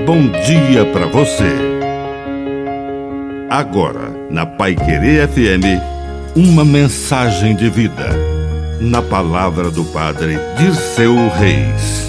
bom dia para você. Agora, na Paiquerê FM, uma mensagem de vida. Na palavra do Padre Dirceu Reis.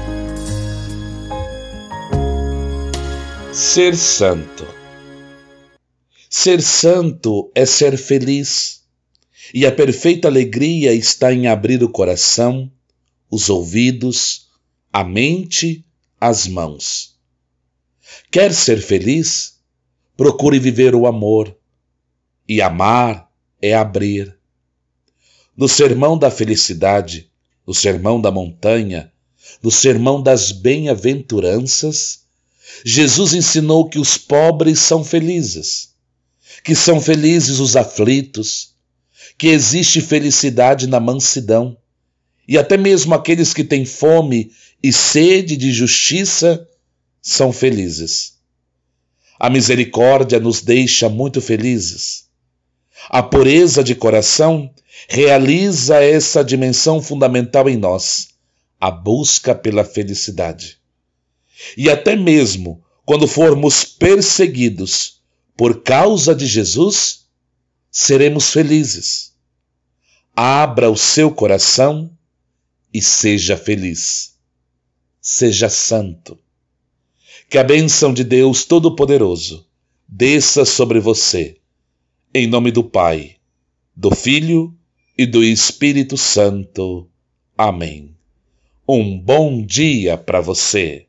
Ser santo. Ser santo é ser feliz, e a perfeita alegria está em abrir o coração, os ouvidos, a mente, as mãos. Quer ser feliz? Procure viver o amor, e amar é abrir. No sermão da felicidade, no sermão da montanha, no sermão das bem-aventuranças, Jesus ensinou que os pobres são felizes, que são felizes os aflitos, que existe felicidade na mansidão, e até mesmo aqueles que têm fome e sede de justiça são felizes. A misericórdia nos deixa muito felizes. A pureza de coração realiza essa dimensão fundamental em nós, a busca pela felicidade. E até mesmo quando formos perseguidos por causa de Jesus, seremos felizes. Abra o seu coração e seja feliz. Seja santo. Que a bênção de Deus Todo-Poderoso desça sobre você, em nome do Pai, do Filho e do Espírito Santo. Amém. Um bom dia para você.